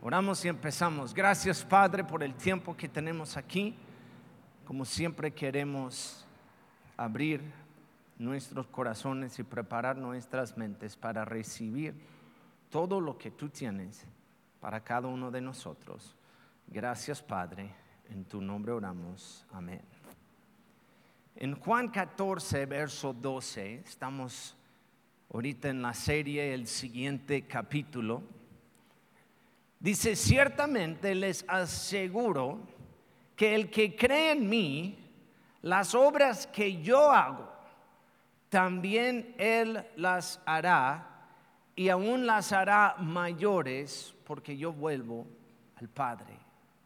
Oramos y empezamos. Gracias, Padre, por el tiempo que tenemos aquí. Como siempre queremos abrir nuestros corazones y preparar nuestras mentes para recibir todo lo que tú tienes para cada uno de nosotros. Gracias, Padre. En tu nombre oramos. Amén. En Juan 14, verso 12, estamos ahorita en la serie, el siguiente capítulo. Dice: ciertamente les aseguro que el que cree en mí, las obras que yo hago, también él las hará, y aún las hará mayores, porque yo vuelvo al Padre.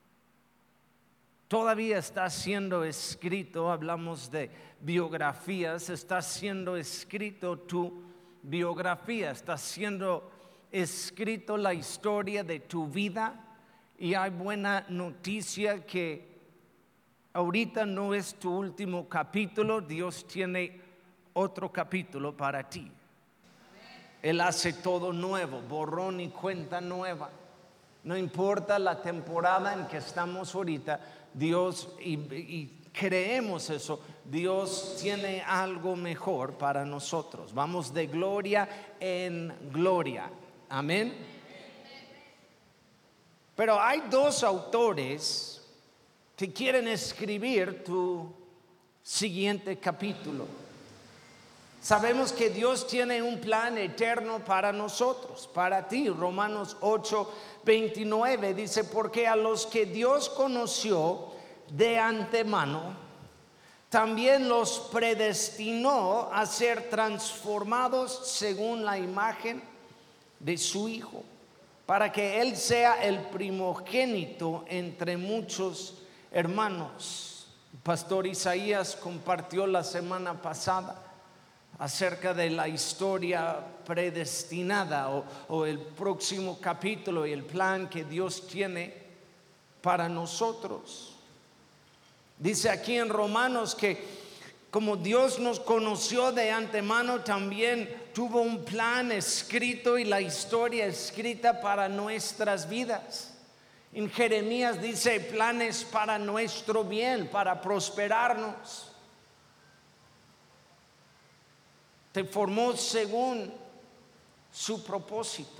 Todavía está siendo escrito, hablamos de biografías, está siendo escrito tu biografía, está siendo escrito la historia de tu vida, y hay buena noticia que ahorita no es tu último capítulo. Dios tiene otro capítulo para ti. Él hace todo nuevo, borrón y cuenta nueva. No importa la temporada en que estamos ahorita, Dios, y creemos eso, Dios tiene algo mejor para nosotros. Vamos de gloria en gloria. Amén. Pero hay dos autores que quieren escribir tu siguiente capítulo. Sabemos que Dios tiene un plan eterno para nosotros, para ti. Romanos 8:29 dice: porque a los que Dios conoció de antemano, también los predestinó a ser transformados según la imagen de su Hijo, para que Él sea el primogénito entre muchos hermanos. El pastor Isaías compartió la semana pasada acerca de la historia predestinada o el próximo capítulo y el plan que Dios tiene para nosotros. Dice aquí en Romanos que como Dios nos conoció de antemano, también tuvo un plan escrito y la historia escrita para nuestras vidas. En Jeremías dice: planes para nuestro bien, para prosperarnos. Te formó según su propósito.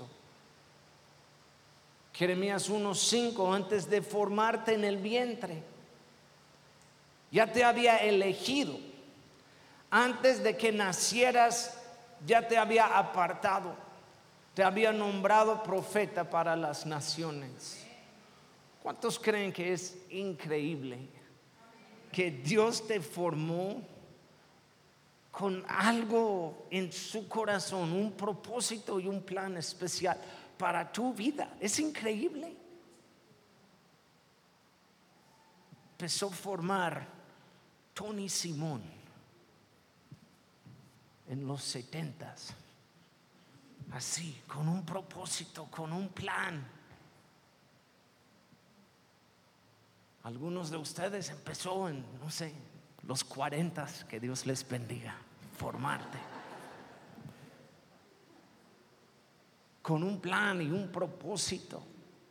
Jeremías 1:5: antes de formarte en el vientre, ya te había elegido. Antes de que nacieras, ya te había apartado. Te había nombrado profeta para las naciones. ¿Cuántos creen que es increíble que Dios te formó con algo en su corazón, un propósito y un plan especial para tu vida? Es increíble. Empezó a formar Tony Simón en los 70s, así, con un propósito, con un plan. Algunos de ustedes empezó en, no sé, los 40s, que Dios les bendiga, formarte con un plan y un propósito,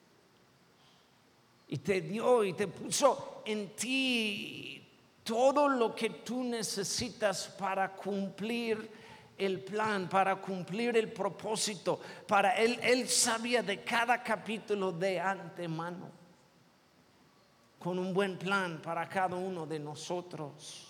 y te dio y te puso en ti todo lo que tú necesitas para cumplir el plan, para cumplir el propósito. Para él sabía de cada capítulo de antemano, con un buen plan para cada uno de nosotros.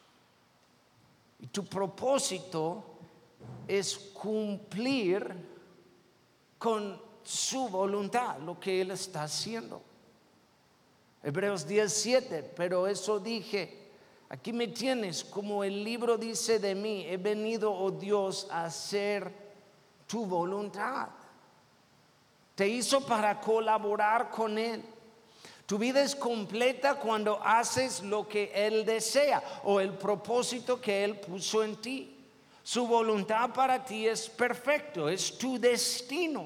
Y tu propósito es cumplir con su voluntad lo que Él está haciendo. Hebreos 10:7: pero eso dije, aquí me tienes, como el libro dice de mí, he venido, oh Dios, a hacer tu voluntad. Te hizo para colaborar con Él. Tu vida es completa cuando haces lo que Él desea o el propósito que Él puso en ti. Su voluntad para ti es perfecto, es tu destino.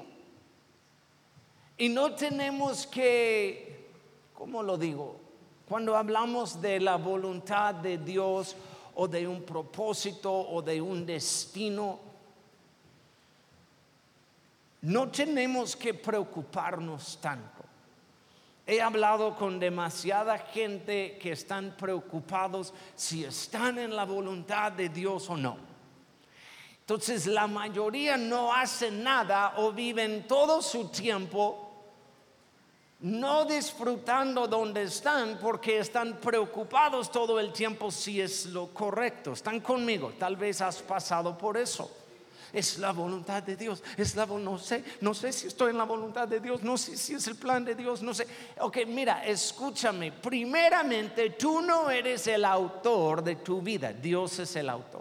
Y no tenemos que, ¿cómo lo digo? Cuando hablamos de la voluntad de Dios o de un propósito o de un destino, no tenemos que preocuparnos tanto. He hablado con demasiada gente que están preocupados si están en la voluntad de Dios o no. Entonces la mayoría no hacen nada o viven todo su tiempo no disfrutando donde están porque están preocupados todo el tiempo si es lo correcto. ¿Están conmigo? Tal vez has pasado por eso. Es la voluntad de Dios, no sé si estoy en la voluntad de Dios, no sé si es el plan de Dios, no sé. Ok, mira, escúchame. Primeramente, tú no eres el autor de tu vida, Dios es el autor.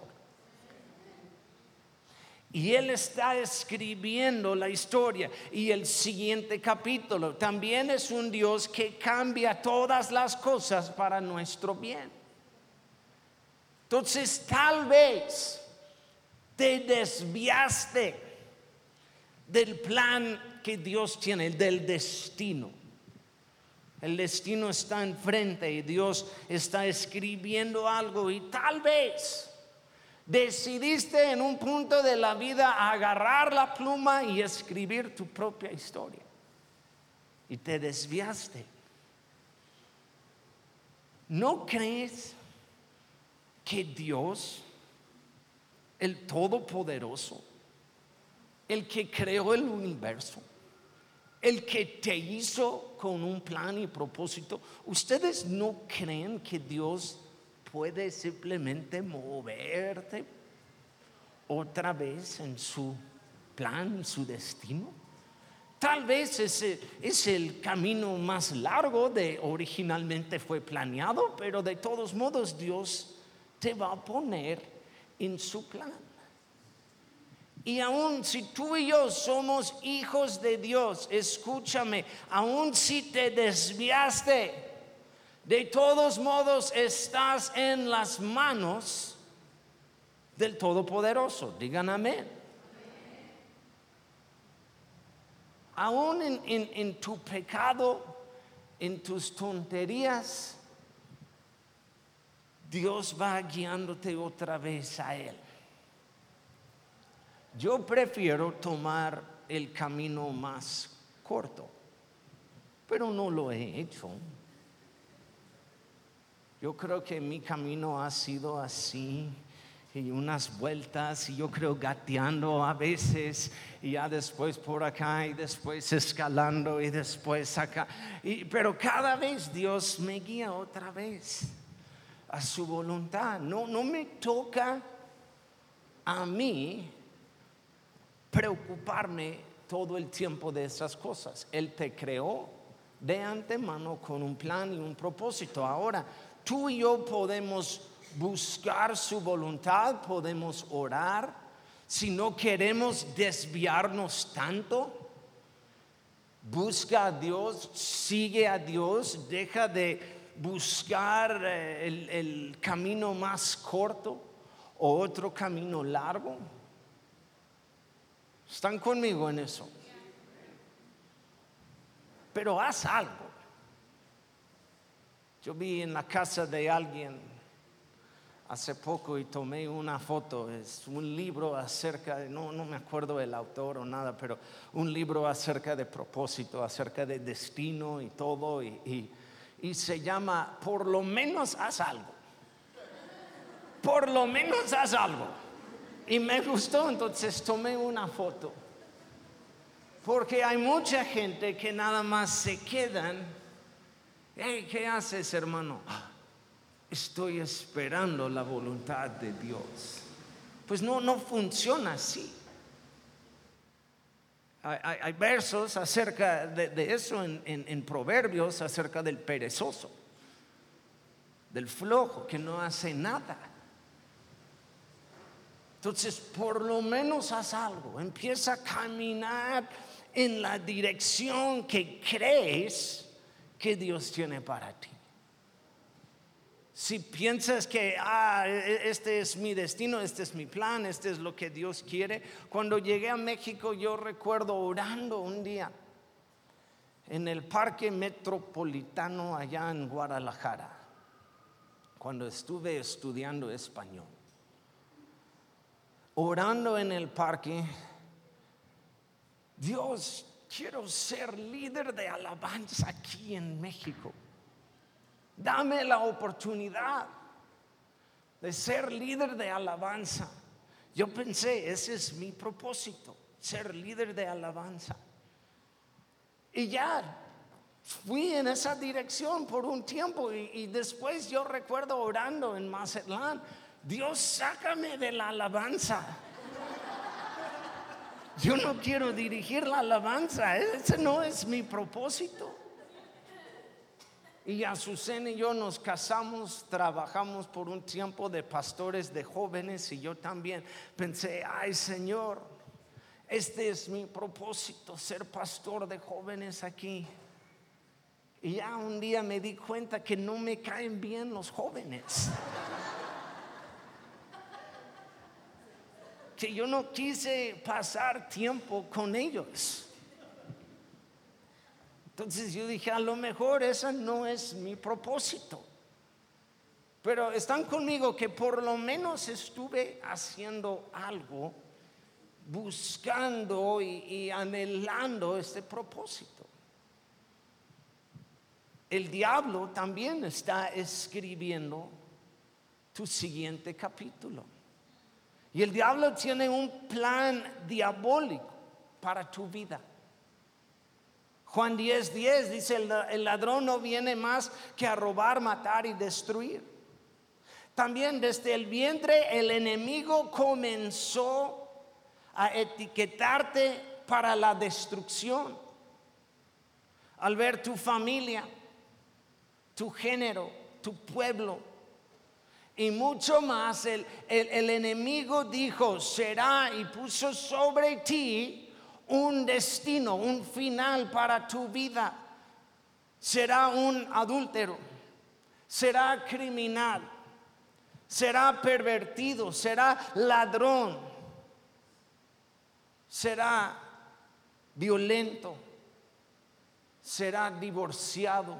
Y Él está escribiendo la historia. Y el siguiente capítulo también es un Dios que cambia todas las cosas para nuestro bien. Entonces, tal vez te desviaste del plan que Dios tiene, del destino. El destino está enfrente y Dios está escribiendo algo, y tal vez decidiste en un punto de la vida agarrar la pluma y escribir tu propia historia y te desviaste. ¿No crees que Dios, el Todopoderoso, el que creó el universo, el que te hizo con un plan y propósito, ustedes no creen que Dios puede simplemente moverte otra vez en su plan, su destino? Tal vez ese es el camino más largo de originalmente fue planeado, pero de todos modos Dios te va a poner en su plan. Y aun si tú y yo somos hijos de Dios, escúchame, aun si te desviaste, de todos modos estás en las manos del Todopoderoso. Digan amén. Aún en tu pecado, en tus tonterías, Dios va guiándote otra vez a Él. Yo prefiero tomar el camino más corto, pero no lo he hecho. Yo creo que mi camino ha sido así, y unas vueltas, y yo creo gateando a veces, y ya después por acá, y después escalando, y después acá, pero cada vez Dios me guía otra vez a su voluntad. No me toca a mí preocuparme todo el tiempo de esas cosas. Él te creó de antemano con un plan y un propósito. Ahora, tú y yo podemos buscar su voluntad, podemos orar. Si no queremos desviarnos tanto, busca a Dios, sigue a Dios, deja de buscar el camino más corto o otro camino largo. ¿Están conmigo en eso? Pero haz algo. Yo vi en la casa de alguien hace poco y tomé una foto. Es un libro acerca de, no me acuerdo el autor o nada, pero un libro acerca de propósito, acerca de destino y todo, y se llama Por lo menos haz algo. Por lo menos haz algo. Y me gustó, entonces tomé una foto. Porque hay mucha gente que nada más se quedan. Hey, ¿qué haces, hermano? Estoy esperando la voluntad de Dios. Pues no funciona así. Hay versos acerca de eso en Proverbios, acerca del perezoso, del flojo que no hace nada. Entonces, por lo menos haz algo. Empieza a caminar en la dirección que crees que Dios tiene para ti. Si piensas que este es mi destino, este es mi plan, este es lo que Dios quiere. Cuando llegué a México, yo recuerdo orando un día en el Parque Metropolitano allá en Guadalajara, cuando estuve estudiando español. Orando en el parque, Dios, quiero ser líder de alabanza aquí en México. Dame la oportunidad de ser líder de alabanza. Yo pensé, ese es mi propósito, ser líder de alabanza. Y ya fui en esa dirección por un tiempo y después yo recuerdo orando en Mazatlán, Dios, sácame de la alabanza. Yo no quiero dirigir la alabanza, ese no es mi propósito. Y Azucena y yo nos casamos, trabajamos por un tiempo de pastores de jóvenes y yo también pensé, ay Señor, este es mi propósito, ser pastor de jóvenes aquí. Y ya un día me di cuenta que no me caen bien los jóvenes. Que yo no quise pasar tiempo con ellos. Entonces yo dije, a lo mejor ese no es mi propósito. Pero están conmigo que por lo menos estuve haciendo algo, buscando y anhelando este propósito. El diablo también está escribiendo tu siguiente capítulo. Y el diablo tiene un plan diabólico para tu vida. Juan 10:10 dice, el ladrón no viene más que a robar, matar y destruir. También desde el vientre el enemigo comenzó a etiquetarte para la destrucción. Al ver tu familia, tu género, tu pueblo y mucho más, el enemigo dijo, será y puso sobre ti un destino, un final para tu vida. Será un adúltero, será criminal, será pervertido, será ladrón, será violento, será divorciado,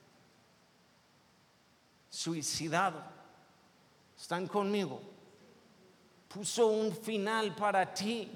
suicidado. ¿Están conmigo? Puso un final para ti.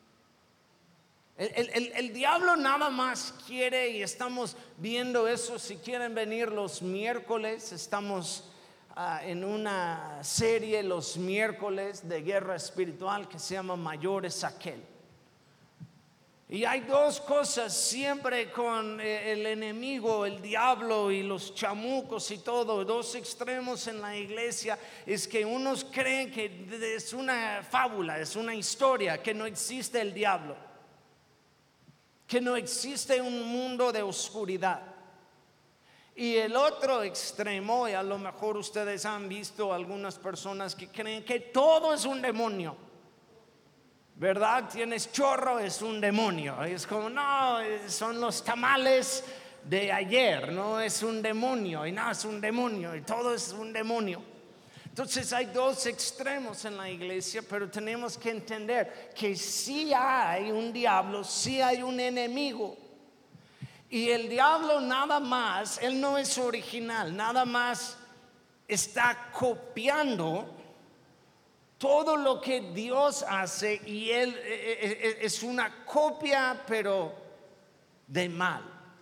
El diablo nada más quiere, y estamos viendo eso, si quieren venir los miércoles, estamos en una serie los miércoles de guerra espiritual que se llama Mayor es aquel. Y hay dos cosas siempre con el enemigo, el diablo y los chamucos y todo, dos extremos en la iglesia, es que unos creen que es una fábula, es una historia, que no existe el diablo, que no existe un mundo de oscuridad. Y el otro extremo, y a lo mejor ustedes han visto algunas personas que creen que todo es un demonio, ¿verdad? Tienes chorro, es un demonio. Es como, no, son los tamales de ayer, no es un demonio, y no, es un demonio, y todo es un demonio. Entonces hay dos extremos en la iglesia, pero tenemos que entender que sí hay un diablo, sí hay un enemigo. Y el diablo nada más, él no es original, nada más está copiando todo lo que Dios hace, y él es una copia, pero de mal.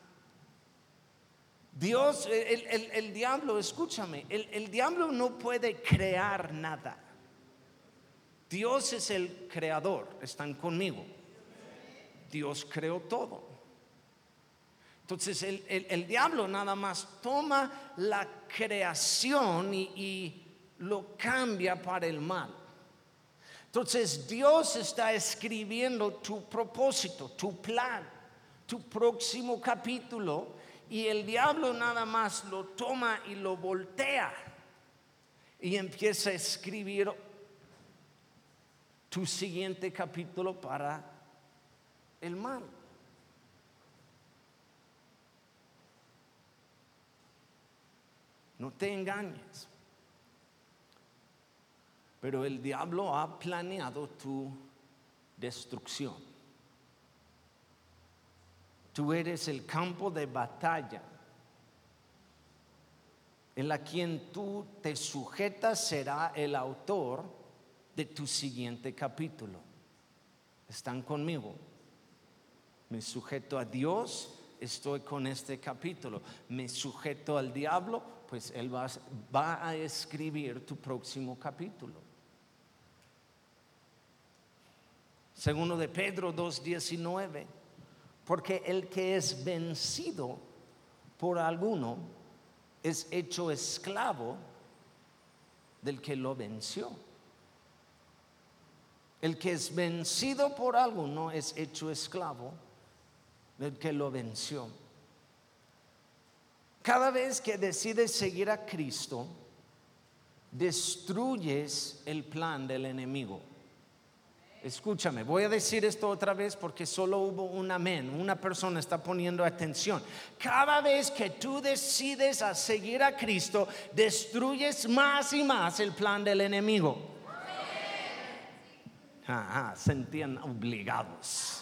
Dios, el diablo, escúchame, el diablo no puede crear nada. Dios es el creador, están conmigo. Dios creó todo. Entonces el diablo nada más toma la creación y lo cambia para el mal. Entonces Dios está escribiendo tu propósito, tu plan, tu próximo capítulo, y el diablo nada más lo toma y lo voltea y empieza a escribir tu siguiente capítulo para el mal. No te engañes. Pero el diablo ha planeado tu destrucción. Tú eres el campo de batalla en la quien tú te sujetas será el autor de tu siguiente capítulo. ¿Están conmigo? Me sujeto a Dios, estoy con este capítulo. Me sujeto al diablo, pues él va a escribir tu próximo capítulo. Segundo de Pedro 2:19, porque el que es vencido por alguno es hecho esclavo del que lo venció. El que es vencido por alguno es hecho esclavo del que lo venció. Cada vez que decides seguir a Cristo, destruyes el plan del enemigo. Escúchame, voy a decir esto otra vez porque solo hubo un amén. Una persona está poniendo atención. Cada vez que tú decides a seguir a Cristo, destruyes más y más el plan del enemigo. Sentían obligados.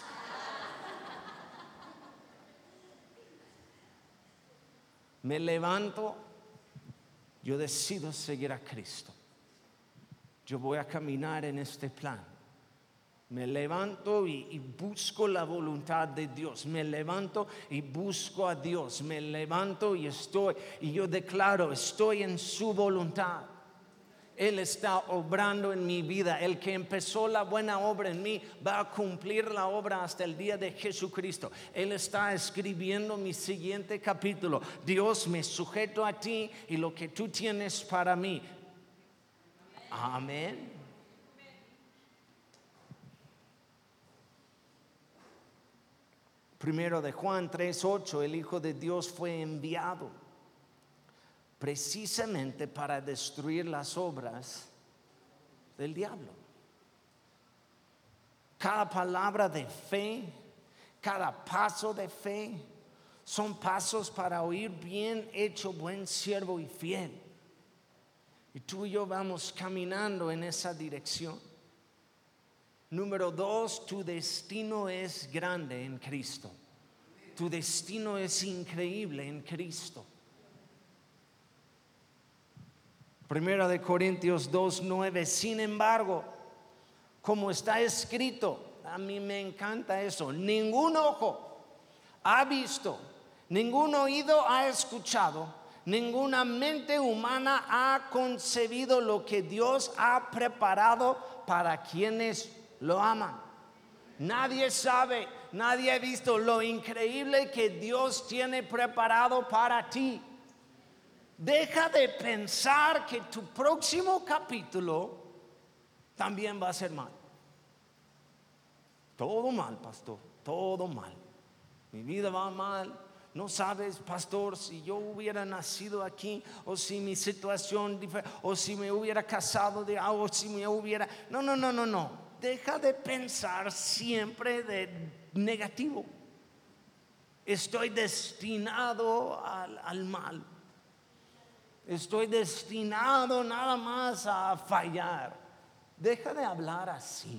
Me levanto, yo decido seguir a Cristo. Yo voy a caminar en este plan. Me levanto y busco la voluntad de Dios. Me levanto y busco a Dios. Me levanto y yo declaro, estoy en su voluntad. Él está obrando en mi vida. El que empezó la buena obra en mí va a cumplir la obra hasta el día de Jesucristo. Él está escribiendo mi siguiente capítulo. Dios, me sujeto a ti y lo que tú tienes para mí. Amén. Primero de Juan 3:8, el Hijo de Dios fue enviado precisamente para destruir las obras del diablo. Cada palabra de fe, cada paso de fe, son pasos para oír bien hecho, buen siervo y fiel. Y tú y yo vamos caminando en esa dirección. Número 2, tu destino es grande en Cristo. Tu destino es increíble en Cristo. Primera de Corintios 2:9, sin embargo, como está escrito, a mí me encanta eso, ningún ojo ha visto, ningún oído ha escuchado, ninguna mente humana ha concebido lo que Dios ha preparado para quienes lo aman. Nadie sabe, nadie ha visto lo increíble que Dios tiene preparado para ti. Deja de pensar que tu próximo capítulo también va a ser mal. Todo mal, pastor, todo mal. Mi vida va mal. No sabes, pastor, si yo hubiera nacido aquí, o si mi situación, o si me hubiera casado de algo, o si me hubiera... No. Deja de pensar siempre de negativo. Estoy destinado al mal. Estoy destinado nada más a fallar. Deja de hablar así.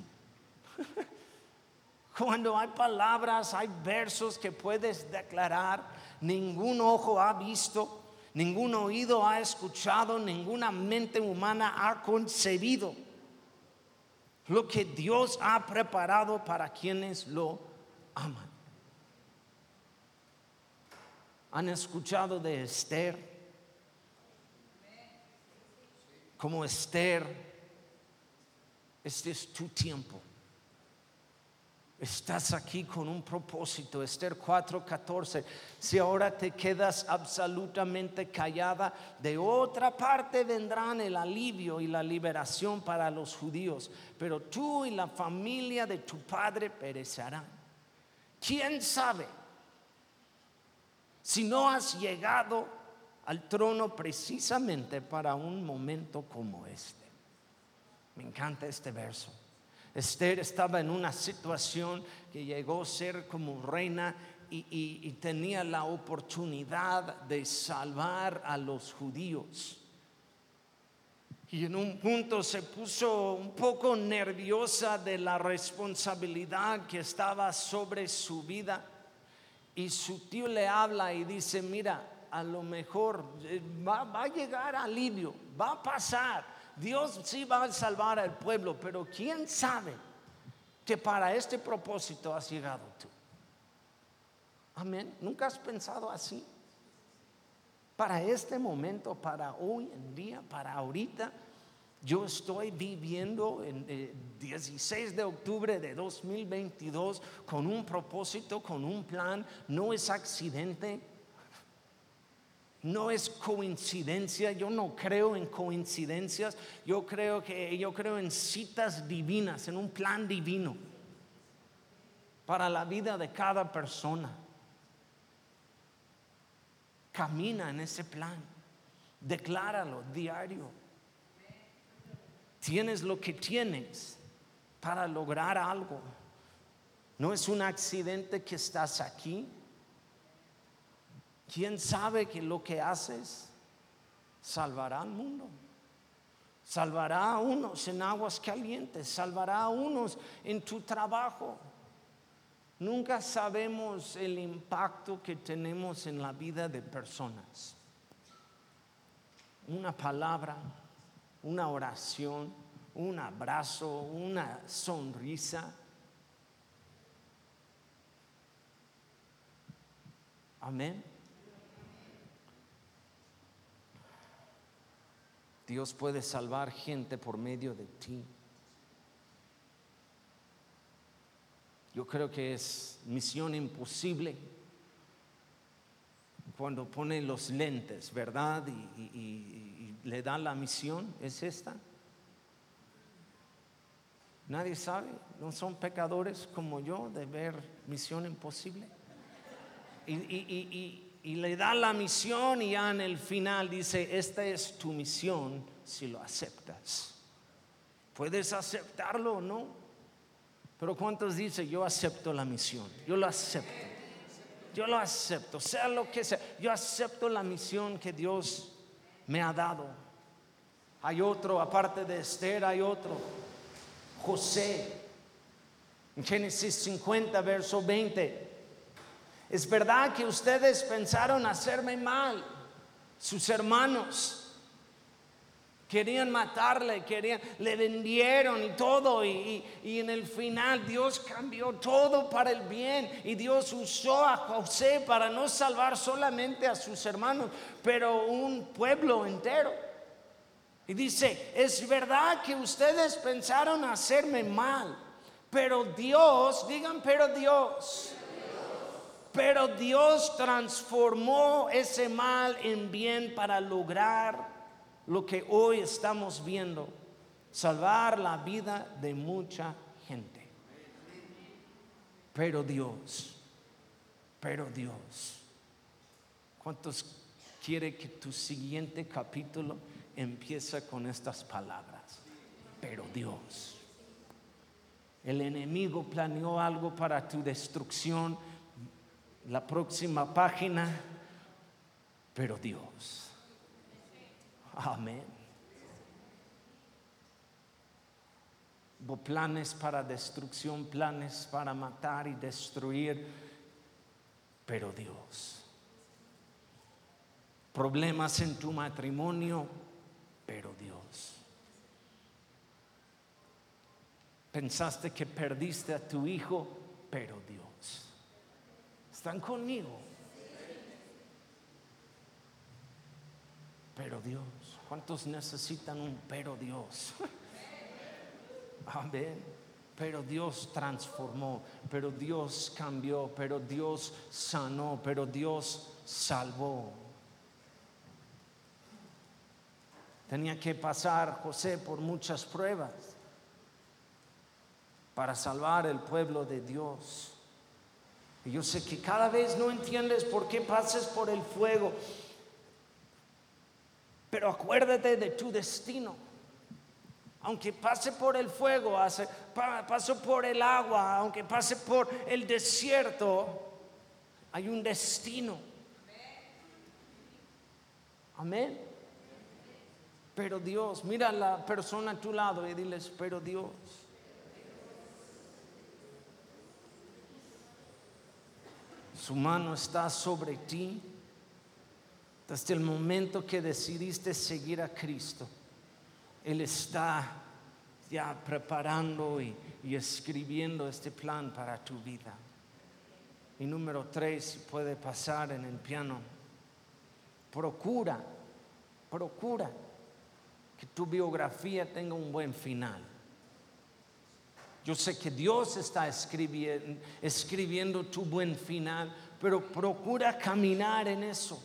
Cuando hay palabras, hay versos que puedes declarar, ningún ojo ha visto, ningún oído ha escuchado, ninguna mente humana ha concebido lo que Dios ha preparado para quienes lo aman. ¿Han escuchado de Esther? Como Esther, este es tu tiempo. Estás aquí con un propósito. Esther 4:14. Si ahora te quedas absolutamente callada, de otra parte vendrán el alivio y la liberación para los judíos, pero tú y la familia de tu padre perecerán. ¿Quién sabe si no has llegado al trono precisamente para un momento como este? Me encanta este verso. Esther estaba en una situación que llegó a ser como reina y tenía la oportunidad de salvar a los judíos. Y en un punto se puso un poco nerviosa de la responsabilidad que estaba sobre su vida. Y su tío le habla y dice, mira, a lo mejor va a llegar alivio, va a pasar. Dios sí va a salvar al pueblo, pero quién sabe que para este propósito has llegado tú. Amén. ¿Nunca has pensado así? Para este momento, para hoy en día, para ahorita, yo estoy viviendo en 16 de octubre de 2022 con un propósito, con un plan. No es accidente, no es coincidencia. Yo no creo en coincidencias. Yo creo en citas divinas, en un plan divino para la vida de cada persona. Camina en ese plan, decláralo diario. Tienes lo que tienes para lograr algo. No es un accidente que estás aquí. ¿Quién sabe que lo que haces salvará al mundo? Salvará a unos en aguas calientes, salvará a unos en tu trabajo. Nunca sabemos el impacto que tenemos en la vida de personas. Una palabra, una oración, un abrazo, una sonrisa. Amén. Dios puede salvar gente por medio de ti. Yo creo que es misión imposible cuando pone los lentes, ¿verdad? Y le da la misión, es esta. Nadie sabe, no son pecadores como yo de ver Misión Imposible. Y le da la misión y ya en el final dice: esta es tu misión si lo aceptas. Puedes aceptarlo o no. Pero ¿cuántos dicen: yo acepto la misión? Yo lo acepto. Yo lo acepto, sea lo que sea. Yo acepto la misión que Dios me ha dado. Hay otro, aparte de Esther, hay otro. José. En Génesis 50, verso 20. Es verdad que ustedes pensaron hacerme mal. Sus hermanos querían matarle, le vendieron y todo, y en el final Dios cambió todo para el bien, y Dios usó a José para no salvar solamente a sus hermanos, pero un pueblo entero. Y dice: es verdad que ustedes pensaron hacerme mal, pero Dios, digan pero Dios transformó ese mal en bien para lograr lo que hoy estamos viendo: salvar la vida de mucha gente. Pero Dios, ¿cuántos quiere que tu siguiente capítulo empiece con estas palabras? Pero Dios. El enemigo planeó algo para tu destrucción. La próxima página: pero Dios. Amén. Hubo planes para destrucción, planes para matar y destruir, pero Dios. Problemas en tu matrimonio, pero Dios. Pensaste que perdiste a tu hijo, pero Dios. ¿Están conmigo? Pero Dios. ¿Cuántos necesitan un pero Dios? Amén. Pero Dios transformó, pero Dios cambió, pero Dios sanó, pero Dios salvó. Tenía que pasar José por muchas pruebas para salvar el pueblo de Dios. Y yo sé que cada vez no entiendes por qué pases por el fuego, pero acuérdate de tu destino. Aunque pase por el fuego, paso por el agua, aunque pase por el desierto, hay un destino. Amén. Pero Dios, mira a la persona a tu lado y diles: pero Dios. Su mano está sobre ti. Desde el momento que decidiste seguir a Cristo, Él está ya preparando y escribiendo este plan para tu vida. Y número 3, si puede pasar en el piano, procura que tu biografía tenga un buen final. Yo sé que Dios está escribiendo tu buen final, pero procura caminar en eso.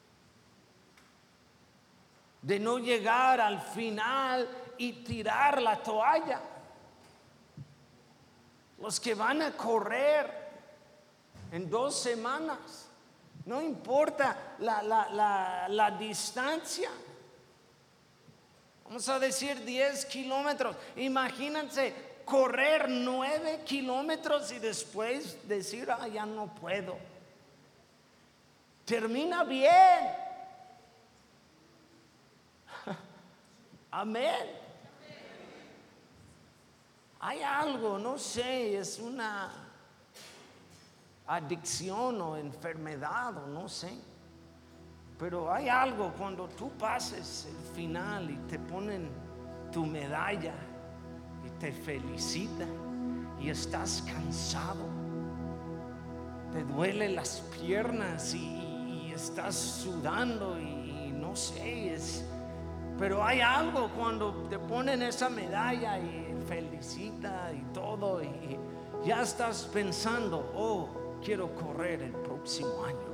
De no llegar al final y tirar la toalla. Los que van a correr en 2 semanas, no importa la distancia. Vamos a decir 10 kilómetros. Imagínense correr 9 kilómetros y después decir, ya no puedo. Termina bien. Amén. Hay algo, no sé, es una adicción o enfermedad o no sé, pero hay algo cuando tú pases el final y te ponen tu medalla y te felicitan y estás cansado, te duelen las piernas y estás sudando y no sé, pero hay algo cuando te ponen esa medalla y felicita y todo y ya estás pensando, quiero correr el próximo año.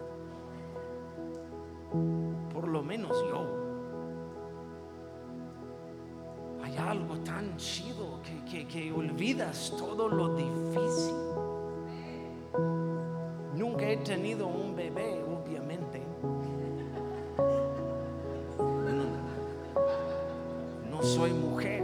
Por lo menos yo. Hay algo tan chido que olvidas todo lo difícil. Nunca he tenido un bebé, obviamente. No soy mujer.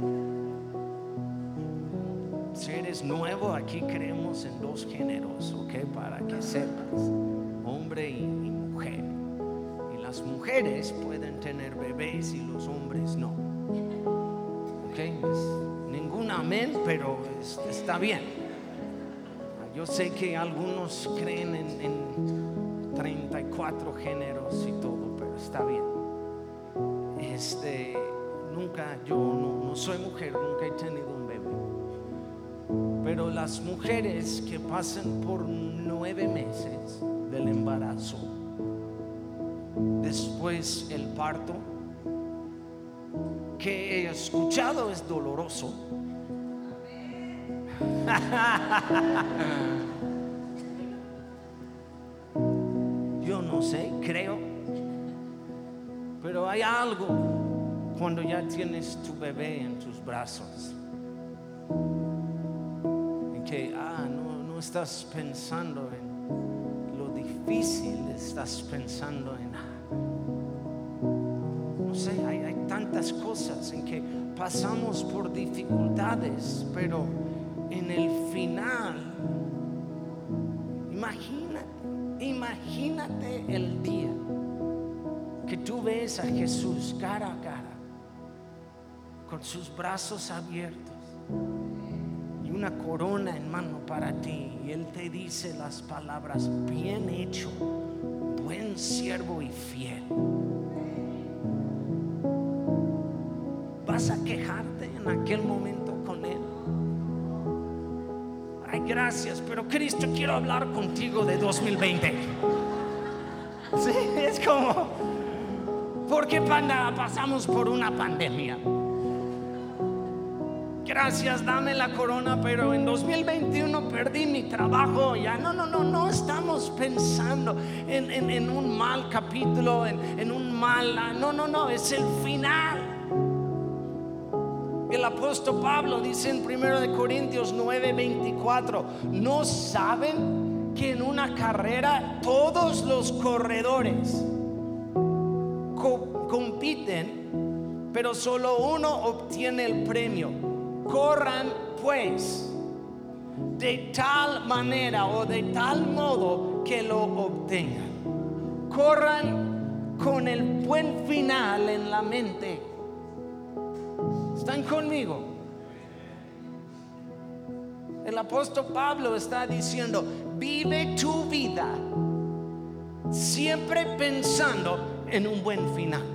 Si eres nuevo, aquí creemos en 2 géneros, ¿ok? Para que sepas, hombre y mujer. Y las mujeres pueden tener bebés y los hombres no. ¿Ok? Ningún amén, pero está bien. Yo sé que algunos creen en 34 géneros y todo, pero está bien. Yo no soy mujer, nunca he tenido un bebé. Pero las mujeres que pasan por 9 meses del embarazo, después el parto, que he escuchado es doloroso. Yo no sé, creo, pero hay algo cuando ya tienes tu bebé en tus brazos, en que no estás pensando en lo difícil, estás pensando en no sé, hay tantas cosas en que pasamos por dificultades, pero en el final, imagínate el día que tú ves a Jesús cara a cara, con sus brazos abiertos y una corona en mano para ti, y Él te dice las palabras: bien hecho, buen siervo y fiel. ¿Vas a quejarte en aquel momento con Él? Ay, gracias, pero Cristo, quiero hablar contigo de 2020. Sí, es como, porque pasamos por una pandemia. Gracias, dame la corona, pero en 2021 perdí mi trabajo. Ya no estamos pensando en un mal capítulo, en un mal, no, es el final. El apóstol Pablo dice en 1 Corintios 9:24: ¿no saben que en una carrera todos los corredores compiten, pero solo uno obtiene el premio? Corran pues de tal manera o de tal modo que lo obtengan. Corran con el buen final en la mente. ¿Están conmigo? El apóstol Pablo está diciendo: vive tu vida siempre pensando en un buen final.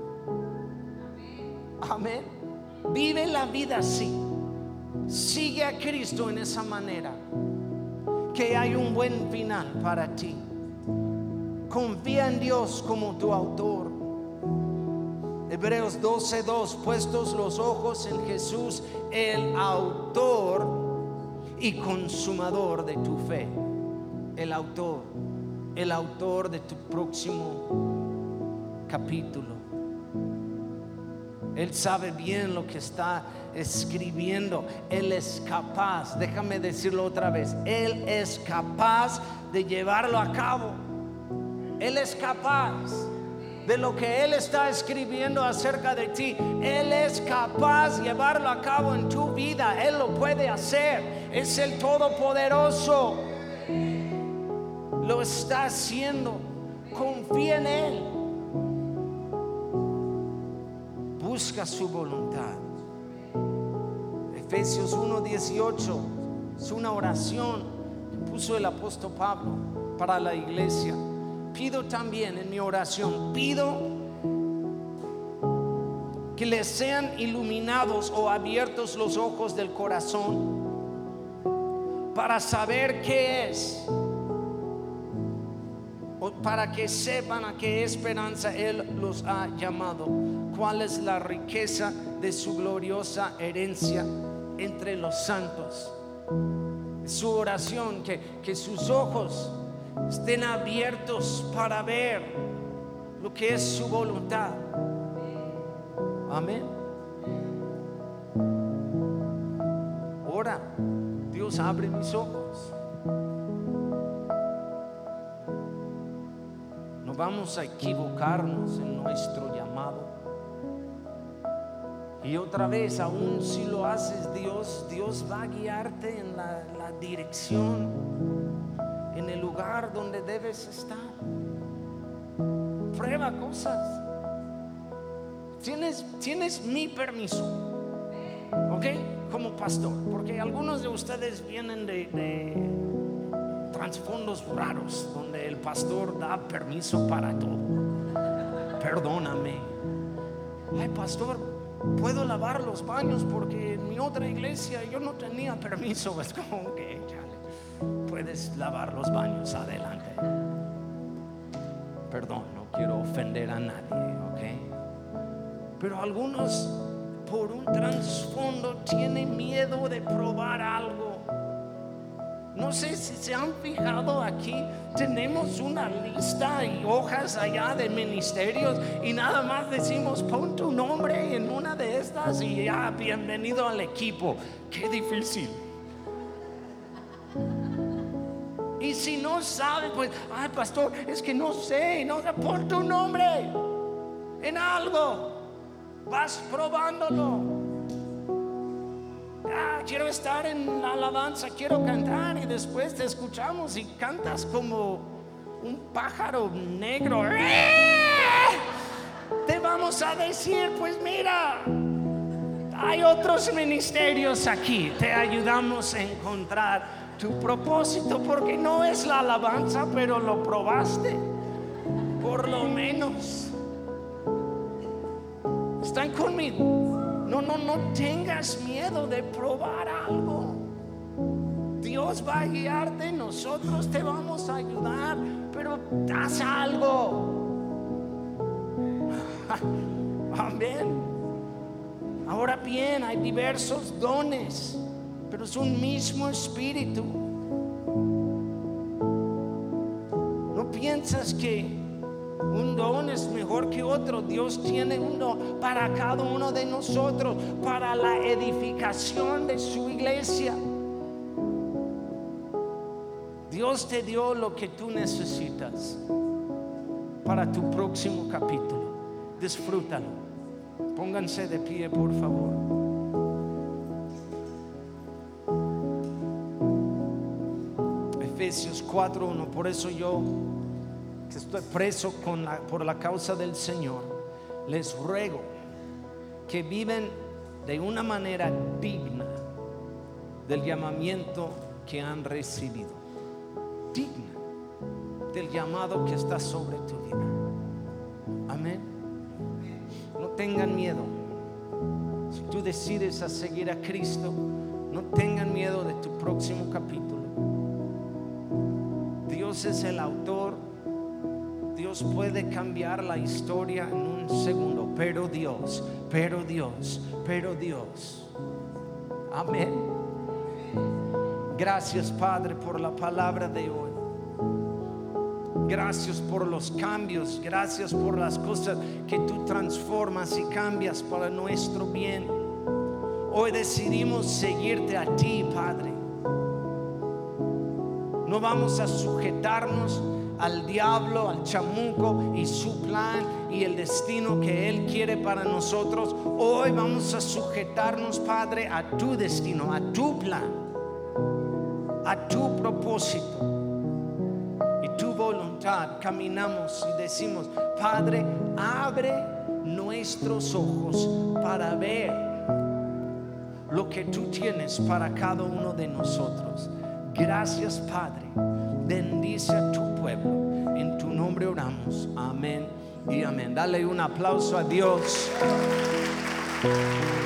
Amén. Vive la vida así. Sigue a Cristo en esa manera. que hay un buen final para ti. Confía en Dios como tu autor. Hebreos 12:2, puestos los ojos en Jesús, el autor y consumador de tu fe. El autor de tu próximo capítulo. Él sabe bien lo que está escribiendo. Él es capaz, déjame decirlo otra vez, Él es capaz de llevarlo a cabo. Él es capaz de lo que Él está escribiendo acerca de ti. Él es capaz de llevarlo a cabo en tu vida. Él lo puede hacer. Es el Todopoderoso. Lo está haciendo. Confía en Él. Busca su voluntad. Efesios 1:18 es una oración que puso el apóstol Pablo para la iglesia. Pido también en mi oración, pido que les sean iluminados o abiertos los ojos del corazón para saber qué es, o para que sepan a qué esperanza Él los ha llamado, cuál es la riqueza de su gloriosa herencia entre los santos. Su oración, que sus ojos estén abiertos para ver lo que es su voluntad. Amén. Ora, Dios, abre mis ojos. No vamos a equivocarnos en nuestro llamado. Y otra vez, aún si lo haces, Dios va a guiarte en la dirección, en el lugar donde debes estar. Prueba cosas. Tienes mi permiso, ¿ok? Como pastor, porque algunos de ustedes vienen de trasfondos raros, donde el pastor da permiso para todo. Perdóname. Ay, pastor, puedo lavar los baños porque en mi otra iglesia yo no tenía permiso. Es como que puedes lavar los baños, adelante. Perdón, no quiero ofender a nadie, ¿ok? Pero algunos por un trasfondo tienen miedo de probar algo. No sé si se han fijado aquí, tenemos una lista y hojas allá de ministerios y nada más decimos pon tu nombre en una de estas y ya bienvenido al equipo. Qué difícil. Y si no sabes, pues, ay, pastor, es que no sé, pon tu nombre en algo. Vas probándolo. Quiero estar en la alabanza, quiero cantar, y después te escuchamos y cantas como un pájaro negro. Te vamos a decir, pues mira, hay otros ministerios aquí, te ayudamos a encontrar tu propósito, porque no es la alabanza, pero lo probaste, por lo menos. ¿Están conmigo? No tengas miedo de probar algo. Dios va a guiarte, nosotros te vamos a ayudar, pero haz algo. Amén. Ahora bien, hay diversos dones, pero es un mismo espíritu. No piensas que un don es mejor que otro. Dios tiene un don para cada uno de nosotros, para la edificación de su iglesia. Dios te dio lo que tú necesitas para tu próximo capítulo. Disfrútalo. Pónganse de pie, por favor. Efesios 4:1. Por eso yo, que estoy preso por la causa del Señor, les ruego que viven de una manera digna del llamamiento que han recibido. Digna del llamado que está sobre tu vida. Amén. No tengan miedo. Si tú decides a seguir a Cristo, no tengan miedo de tu próximo capítulo. Dios es el autor. Dios puede cambiar la historia en un segundo, pero Dios. Amén. Gracias, Padre, por la palabra de hoy. Gracias por los cambios. Gracias por las cosas que tú transformas y cambias para nuestro bien. Hoy decidimos seguirte a ti, Padre. No vamos a sujetarnos al diablo, al chamuco y su plan y el destino que él quiere para nosotros. Hoy vamos a sujetarnos, Padre, a tu destino, a tu plan, a tu propósito y tu voluntad. Caminamos y decimos: Padre, abre nuestros ojos para ver lo que tú tienes para cada uno de nosotros. Gracias, Padre. Bendice a tu pueblo. En tu nombre oramos. Amén y amén. Dale un aplauso a Dios.